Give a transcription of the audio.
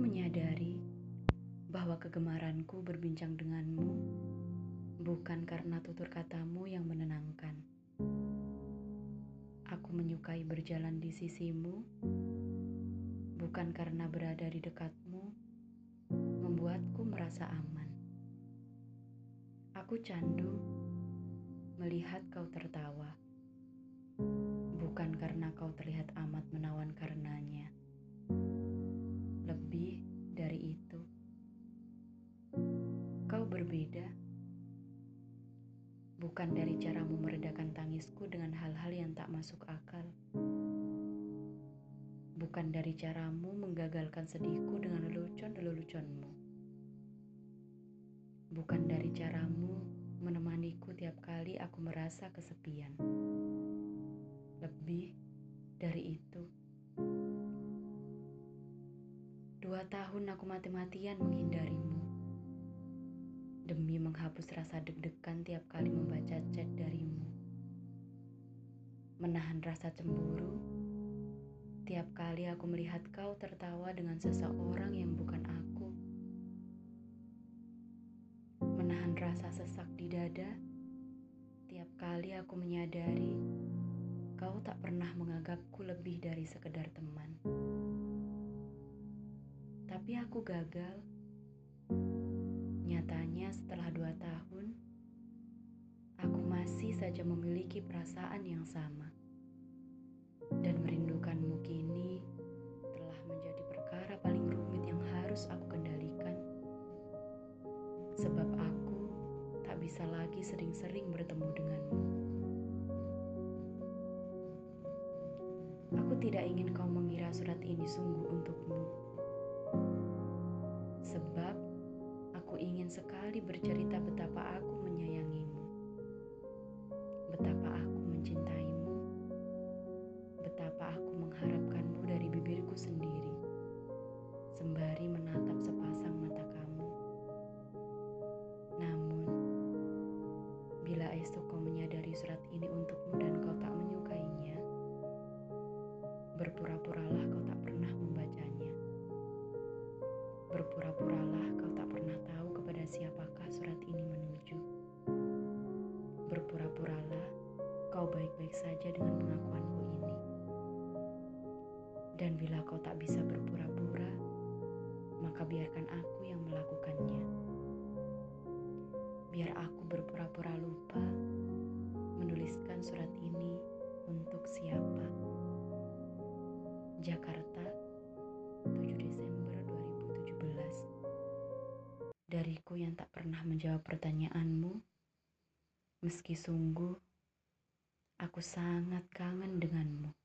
menyadari bahwa kegemaranku berbincang denganmu bukan karena tutur katamu yang menenangkan. Aku menyukai berjalan di sisimu bukan karena berada di dekatmu membuatku merasa aman. Aku candu melihat kau tertawa, bukan karena kau terlihat amat menawan karenanya. Lebih dari itu, kau berbeda, bukan dari caramu meredakan tangisku dengan hal-hal yang tak masuk akal. Bukan dari caramu menggagalkan sedihku dengan lelucon-leluconmu. Bukan dari caramu menemaniku tiap kali aku merasa kesepian. Lebih dari itu, 2 tahun aku mati-matian menghindarimu demi menghapus rasa deg-degan tiap kali membaca chat darimu. Menahan rasa cemburu tiap kali aku melihat kau tertawa dengan seseorang yang bukan aku. Menahan rasa sesak di dada tiap kali aku menyadari kau tak pernah menganggapku lebih dari sekedar teman. Tapi aku gagal. Nyatanya setelah 2 tahun, aku masih saja memiliki perasaan yang sama. Dan merindukanmu kini telah menjadi perkara paling rumit yang harus aku kendalikan. Sebab aku tak bisa lagi sering-sering bertemu denganmu. Aku tidak ingin kau mengira surat ini sungguh untukmu. Sebab aku ingin sekali bercerita betapa aku menyayangimu. Betapa aku mencintaimu. Betapa aku mengharapkanmu dari bibirku sendiri. Sembari menatap sepasang mata kamu. Namun, bila esok kau menyadari surat ini untukmu dan kau tak menyukainya, berpura-puralah kau tak pernah membacanya. Berpura-puralah kau tak pernah tahu kepada siapakah surat ini menuju. Berpura-puralah kau baik-baik saja dengan pengakuanku ini. Dan bila kau tak bisa berpura-pura, maka biarkan aku yang melakukannya. Biar aku berpura-pura lupa menuliskan surat ini untuk siapa. Jakarta, 7 Desember 2017. Dariku yang tak pernah menjawab pertanyaanmu, meski sungguh aku sangat kangen denganmu.